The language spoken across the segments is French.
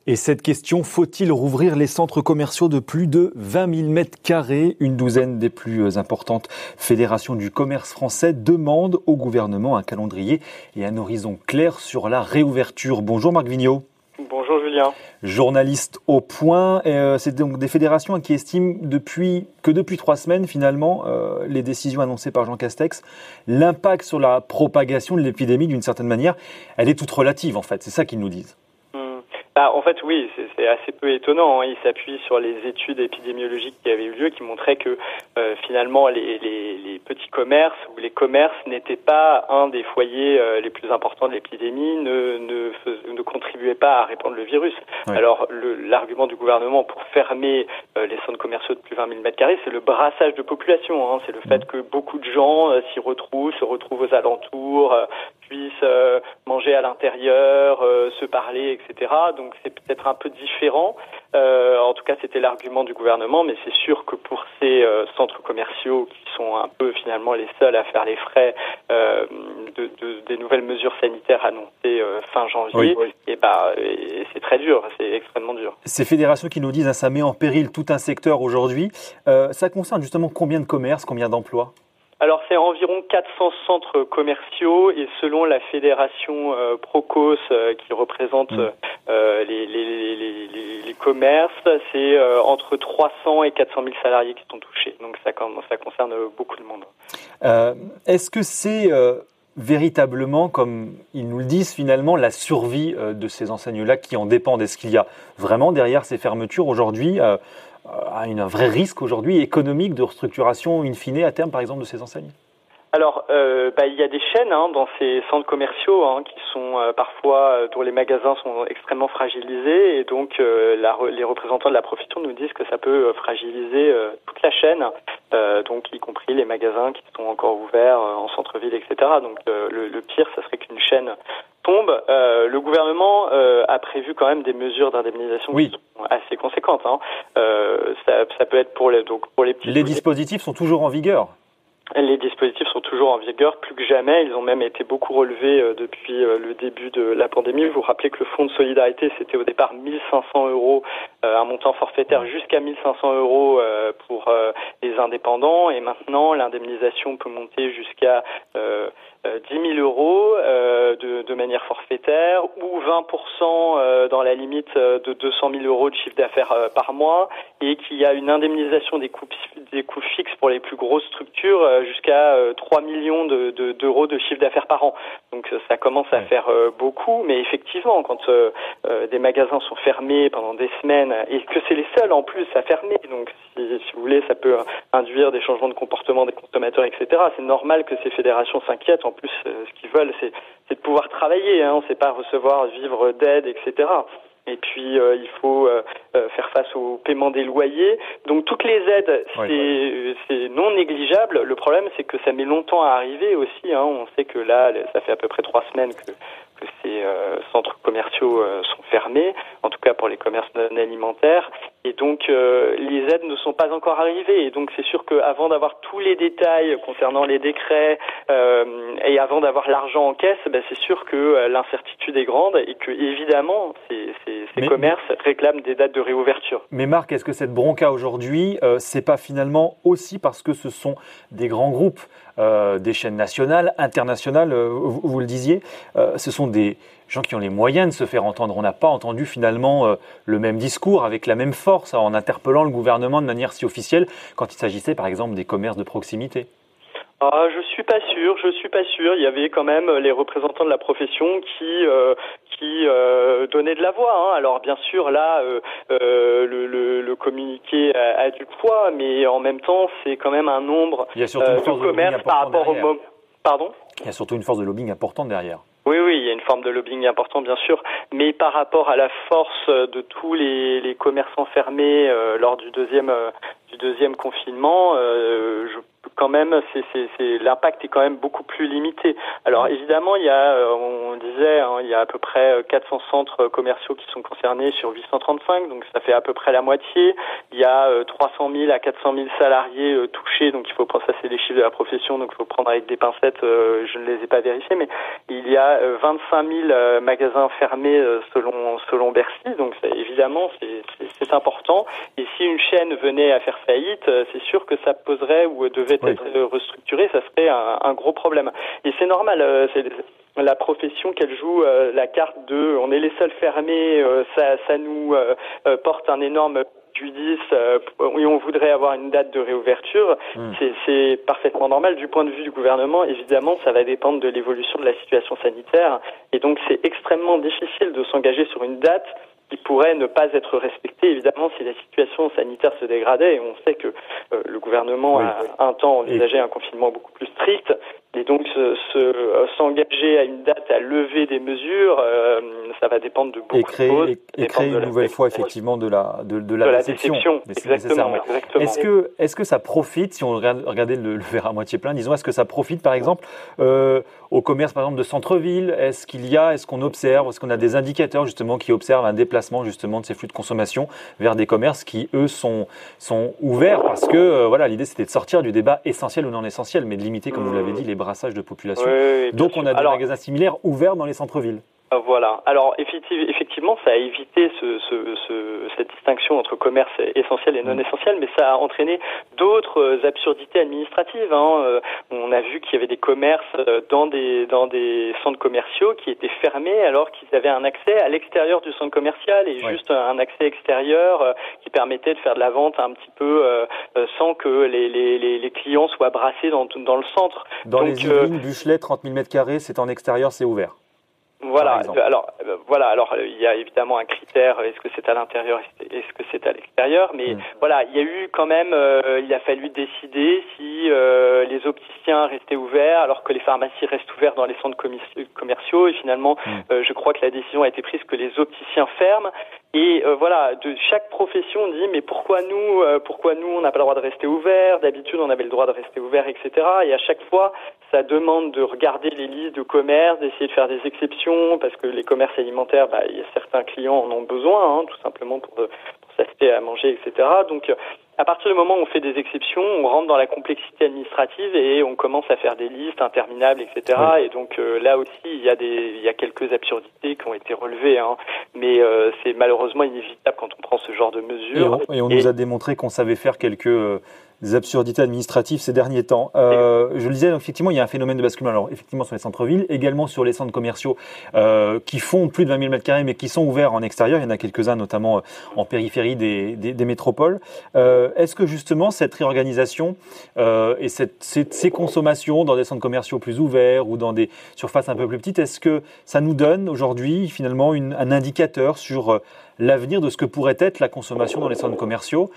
Et cette question, faut-il rouvrir les centres commerciaux de plus de 20 000 mètres carrés? Une douzaine des plus importantes fédérations du commerce français demandent au gouvernement un calendrier et un horizon clair sur la réouverture. Bonjour Marc Vigneault. Bonjour Julien. Journaliste au Point. C'est donc des fédérations qui estiment depuis 3 semaines finalement les décisions annoncées par Jean Castex, l'impact sur la propagation de l'épidémie d'une certaine manière, elle est toute relative en fait, c'est ça qu'ils nous disent. En fait, oui, c'est assez peu étonnant. Ils s'appuient sur les études épidémiologiques qui avaient eu lieu, qui montraient que finalement les petits commerces ou les commerces n'étaient pas un des foyers les plus importants de l'épidémie, ne contribuaient pas à répandre le virus. Oui. Alors l'argument du gouvernement pour fermer les centres commerciaux de plus de 20 000 m², c'est le brassage de population. C'est le fait que beaucoup de gens se retrouvent aux alentours, puissent manger à l'intérieur, se parler, etc. Donc c'est peut-être un peu différent. En tout cas, c'était l'argument du gouvernement, mais c'est sûr que pour ces centres commerciaux qui sont un peu finalement les seuls à faire les frais des nouvelles mesures sanitaires annoncées fin janvier, oui. Et c'est très dur, c'est extrêmement dur. Ces fédérations qui nous disent ça met en péril tout un secteur aujourd'hui, ça concerne justement combien de commerces, combien d'emplois ? Alors c'est environ 400 centres commerciaux et selon la fédération Procos qui représente les commerces, c'est entre 300 et 400 000 salariés qui sont touchés. Donc ça concerne beaucoup de monde. Est-ce que c'est véritablement, comme ils nous le disent finalement, la survie de ces enseignes-là qui en dépendent? Est-ce qu'il y a vraiment derrière ces fermetures aujourd'hui un vrai risque aujourd'hui économique de restructuration in fine à terme par exemple de ces enseignes? Alors, il y a des chaînes dans ces centres commerciaux qui sont parfois dont les magasins sont extrêmement fragilisés et donc les représentants de la profession nous disent que ça peut fragiliser toute la chaîne, donc y compris les magasins qui sont encore ouverts en centre-ville, etc. Donc le pire, ça serait qu'une chaîne tombe. Le gouvernement a prévu quand même des mesures d'indemnisation qui sont assez conséquentes. Ça peut être pour les petits. Les dispositifs sont toujours en vigueur. Les dispositifs sont toujours en vigueur, plus que jamais. Ils ont même été beaucoup relevés depuis le début de la pandémie. Vous vous rappelez que le fonds de solidarité, c'était au départ 1 500 €, un montant forfaitaire jusqu'à 1 500 € pour les indépendants. Et maintenant, l'indemnisation peut monter jusqu'à 10 000 € de manière forfaitaire ou 20% dans la limite de 200 000 € de chiffre d'affaires par mois, et qu'il y a une indemnisation des coûts fixes pour les plus grosses structures jusqu'à 3 millions d'euros de chiffre d'affaires par an. Donc ça commence à faire beaucoup, mais effectivement, quand des magasins sont fermés pendant des semaines et que c'est les seuls en plus à fermer, donc si vous voulez, ça peut induire des changements de comportement des consommateurs, etc. C'est normal que ces fédérations s'inquiètent. En plus, ce qu'ils veulent, c'est de pouvoir travailler, c'est pas recevoir, vivre d'aide, etc. Et puis, il faut faire face au paiement des loyers. Donc, toutes les aides, c'est non négligeable. Le problème, c'est que ça met longtemps à arriver aussi. On sait que là, ça fait à peu près 3 semaines que ces centres commerciaux sont fermés, en tout cas pour les commerces non alimentaires. Et donc, les aides ne sont pas encore arrivées. Et donc, c'est sûr qu'avant d'avoir tous les détails concernant les décrets et avant d'avoir l'argent en caisse, c'est sûr que l'incertitude est grande et que, évidemment, ces commerces réclament des dates de réouverture. Mais Marc, est-ce que cette bronca aujourd'hui, c'est pas finalement aussi parce que ce sont des grands groupes, des chaînes nationales, internationales, vous le disiez, ce sont des gens qui ont les moyens de se faire entendre. On n'a pas entendu finalement le même discours avec la même force en interpellant le gouvernement de manière si officielle quand il s'agissait par exemple des commerces de proximité. Je suis pas sûr. Il y avait quand même les représentants de la profession qui donnaient de la voix. Alors bien sûr, là, le communiqué a du poids, mais en même temps, c'est quand même un nombre de commerces par rapport au moment. Pardon ? Il y a surtout une force de lobbying importante derrière. Oui, il y a une forme de lobbying important, bien sûr, mais par rapport à la force de tous les commerçants fermés lors du deuxième confinement, je quand même, l'impact est quand même beaucoup plus limité. Alors évidemment, il y a, on disait, il y a à peu près 400 centres commerciaux qui sont concernés sur 835, donc ça fait à peu près la moitié. Il y a 300 000 à 400 000 salariés touchés, donc il faut prendre, ça c'est les chiffres de la profession, donc il faut prendre avec des pincettes, je ne les ai pas vérifiés, mais il y a 25 000 magasins fermés selon Bercy, donc évidemment c'est important. Et si une chaîne venait à faire faillite, c'est sûr que ça poserait ou devait être restructuré, ça serait un gros problème. Et c'est normal, c'est la profession qu'elle joue la carte de on est les seuls fermés, ça nous porte un énorme préjudice et on voudrait avoir une date de réouverture. C'est parfaitement normal. Du point de vue du gouvernement, évidemment, ça va dépendre de l'évolution de la situation sanitaire. Et donc, c'est extrêmement difficile de s'engager sur une date qui pourrait ne pas être respectée, évidemment, si la situation sanitaire se dégradait. Et on sait que le gouvernement a un temps envisagé un confinement beaucoup plus strict. Et donc, s'engager à une date à lever des mesures, ça va dépendre de beaucoup de choses. Et créer une nouvelle fois, effectivement, de la déception. Exactement. Est-ce que ça profite, si on regardait le verre à moitié plein, disons, est-ce que ça profite, par exemple, au commerce, par exemple, de centre-ville? Est-ce qu'on observe, est-ce qu'on a des indicateurs, justement, qui observent un déplacement, justement, de ces flux de consommation vers des commerces qui, eux, sont ouverts? Parce que, l'idée, c'était de sortir du débat essentiel ou non essentiel, mais de limiter, comme vous l'avez dit, les brassages de population. Donc, on a des magasins similaires ouverts dans les centres-villes. Voilà. Alors effectivement, ça a évité cette distinction entre commerce essentiel et non essentiel, mais ça a entraîné d'autres absurdités administratives. On a vu qu'il y avait des commerces dans des centres commerciaux qui étaient fermés alors qu'ils avaient un accès à l'extérieur du centre commercial et juste un accès extérieur qui permettait de faire de la vente un petit peu sans que les clients soient brassés dans le centre. Dans les Yvelines, Buchelet, 30 000 m², c'est en extérieur, c'est ouvert. Voilà. Alors il y a évidemment un critère. Est-ce que c'est à l'intérieur, est-ce que c'est à l'extérieur? Mais voilà, il y a eu quand même. Il a fallu décider si les opticiens restaient ouverts alors que les pharmacies restent ouvertes dans les centres commerciaux. Et finalement, je crois que la décision a été prise que les opticiens ferment. Et de chaque profession on dit mais pourquoi nous on n'a pas le droit de rester ouvert? D'habitude on avait le droit de rester ouvert, etc. Et à chaque fois ça demande de regarder les listes de commerces, d'essayer de faire des exceptions parce que les commerces alimentaires, il y a certains clients en ont besoin, tout simplement pour s'acheter à manger, etc. Donc à partir du moment où on fait des exceptions, on rentre dans la complexité administrative et on commence à faire des listes interminables, etc. Et donc là aussi, il y a quelques absurdités qui ont été relevées, mais c'est malheureusement inévitable quand on prend ce genre de mesures. Et on nous a démontré qu'on savait faire quelques absurdités administratives ces derniers temps. Je le disais, effectivement, il y a un phénomène de basculement. Alors, effectivement, sur les centres-villes, également sur les centres commerciaux qui font plus de 20 000 m², mais qui sont ouverts en extérieur. Il y en a quelques-uns, notamment en périphérie des métropoles. Est-ce que justement cette réorganisation et ces consommations dans des centres commerciaux plus ouverts ou dans des surfaces un peu plus petites, est-ce que ça nous donne aujourd'hui finalement un indicateur sur l'avenir de ce que pourrait être la consommation dans les centres commerciaux?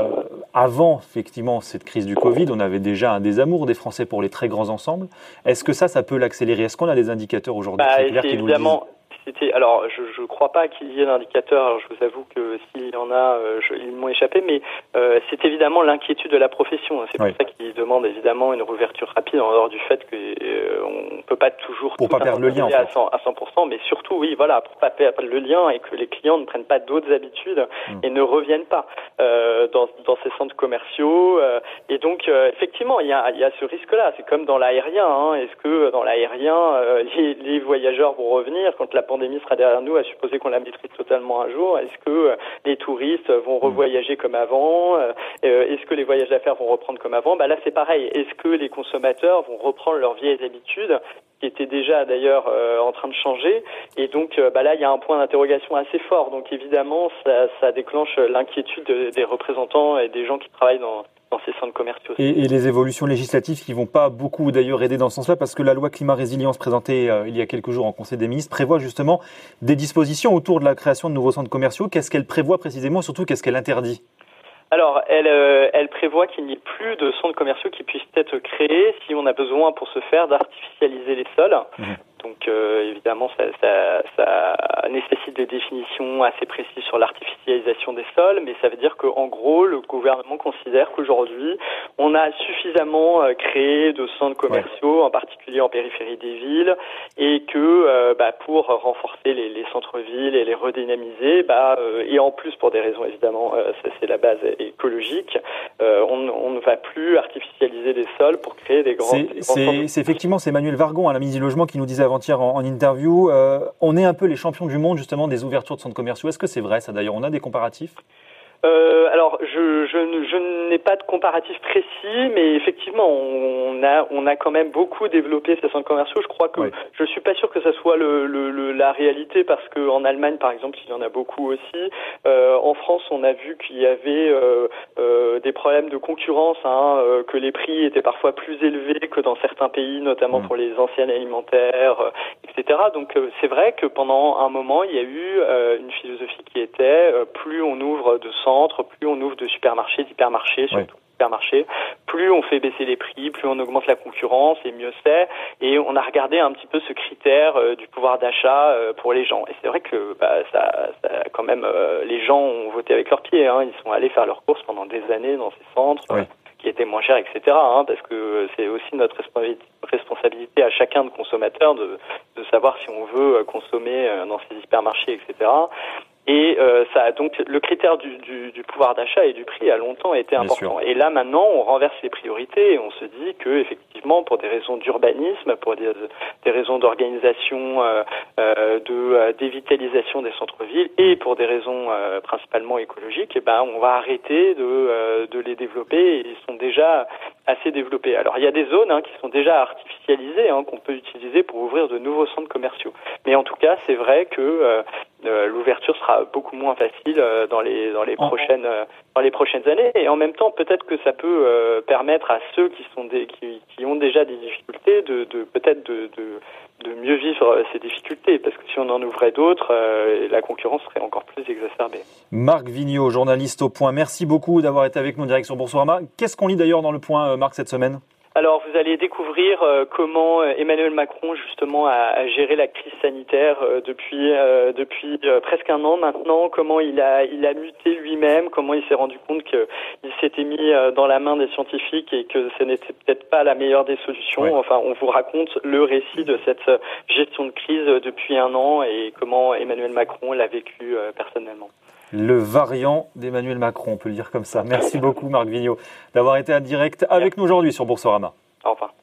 Avant, effectivement, cette crise du Covid, on avait déjà un désamour des Français pour les très grands ensembles. Est-ce que ça peut l'accélérer? Est-ce qu'on a des indicateurs aujourd'hui très clairs qui nous le disent? Alors, je crois pas qu'il y ait d'indicateurs. Alors, je vous avoue que s'il y en a, ils m'ont échappé, mais c'est évidemment l'inquiétude de la profession. C'est pour ça qu'ils demandent évidemment une réouverture rapide, en dehors du fait qu'on peut pas toujours pour pas perdre le lien à 100%, mais surtout, pour pas perdre le lien et que les clients ne prennent pas d'autres habitudes et ne reviennent pas dans ces centres commerciaux. Et donc, effectivement, il y a ce risque-là. C'est comme dans l'aérien. Est-ce que dans l'aérien, les voyageurs vont revenir quand la pandémie sera derrière nous, à supposer qu'on la maîtrise totalement un jour? Est-ce que les touristes vont revoyager comme avant? Est-ce que les voyages d'affaires vont reprendre comme avant? Là, c'est pareil. Est-ce que les consommateurs vont reprendre leurs vieilles habitudes qui étaient déjà d'ailleurs en train de changer? Et donc là, il y a un point d'interrogation assez fort. Donc évidemment, ça déclenche l'inquiétude des représentants et des gens qui travaillent dans ces centres commerciaux. Et les évolutions législatives qui ne vont pas beaucoup d'ailleurs aider dans ce sens-là, parce que la loi climat résilience présentée il y a quelques jours en Conseil des ministres prévoit justement des dispositions autour de la création de nouveaux centres commerciaux. Qu'est-ce qu'elle prévoit précisément, surtout qu'est-ce qu'elle interdit? Alors, elle prévoit qu'il n'y ait plus de centres commerciaux qui puissent être créés si on a besoin pour ce faire d'artificialiser les sols. Donc évidemment, ça nécessite des définitions assez précises sur l'artificialisation des sols, mais ça veut dire qu'en gros, le gouvernement considère qu'aujourd'hui, on a suffisamment créé de centres commerciaux, en particulier en périphérie des villes, et que pour renforcer les centres-villes et les redynamiser, et en plus pour des raisons évidemment, ça c'est la base écologique, on ne va plus artificialiser les sols pour créer des grands centres. C'est effectivement, c'est Emmanuel Vargon, la ministre du Logement, qui nous disait avant-hier en interview, on est un peu les champions du monde justement des ouvertures de centres commerciaux. Est-ce que c'est vrai ça d'ailleurs? On a des comparatifs? Alors, je n'ai pas de comparatif précis, mais effectivement, on a quand même beaucoup développé ces centres commerciaux. Je crois que je suis pas sûr que ça soit la réalité, parce que en Allemagne, par exemple, il y en a beaucoup aussi. En France, on a vu qu'il y avait des problèmes de concurrence, que les prix étaient parfois plus élevés que dans certains pays, notamment pour les anciennes alimentaires, etc. Donc, c'est vrai que pendant un moment, il y a eu une philosophie qui était plus on ouvre de centres, plus on ouvre de supermarchés, d'hypermarchés, surtout supermarchés, plus on fait baisser les prix, plus on augmente la concurrence, et mieux c'est. Et on a regardé un petit peu ce critère du pouvoir d'achat pour les gens. Et c'est vrai que ça quand même, les gens ont voté avec leurs pieds. Ils sont allés faire leurs courses pendant des années dans ces centres. Qui étaient moins chers, etc. Parce que c'est aussi notre responsabilité à chacun de consommateur de savoir si on veut consommer dans ces hypermarchés, etc. Et donc le critère du pouvoir d'achat et du prix a longtemps été important. Et là maintenant, on renverse les priorités et on se dit que effectivement, pour des raisons d'urbanisme, pour des raisons d'organisation, de dévitalisation des centres-villes, et pour des raisons principalement écologiques, on va arrêter de les développer. Et ils sont déjà assez développés. Alors il y a des zones qui sont déjà artificialisées, qu'on peut utiliser pour ouvrir de nouveaux centres commerciaux. Mais en tout cas, c'est vrai que l'ouverture sera beaucoup moins facile dans les prochaines années, et en même temps peut-être que ça peut permettre à ceux qui ont déjà des difficultés de mieux vivre ces difficultés, parce que si on en ouvrait d'autres, la concurrence serait encore plus exacerbée. Marc Vigneault, journaliste au Point, merci beaucoup d'avoir été avec nous en direct sur Boursorama. Qu'est-ce qu'on lit d'ailleurs dans le Point, Marc, cette semaine ? Alors, vous allez découvrir comment Emmanuel Macron, justement, a géré la crise sanitaire depuis presque un an maintenant, comment il a muté lui-même, comment il s'est rendu compte qu'il s'était mis dans la main des scientifiques et que ce n'était peut-être pas la meilleure des solutions. Enfin, on vous raconte le récit de cette gestion de crise depuis un an et comment Emmanuel Macron l'a vécu personnellement. Le variant d'Emmanuel Macron, on peut le dire comme ça. Merci beaucoup Marc Vigneault d'avoir été en direct avec nous aujourd'hui sur Boursorama. Au revoir.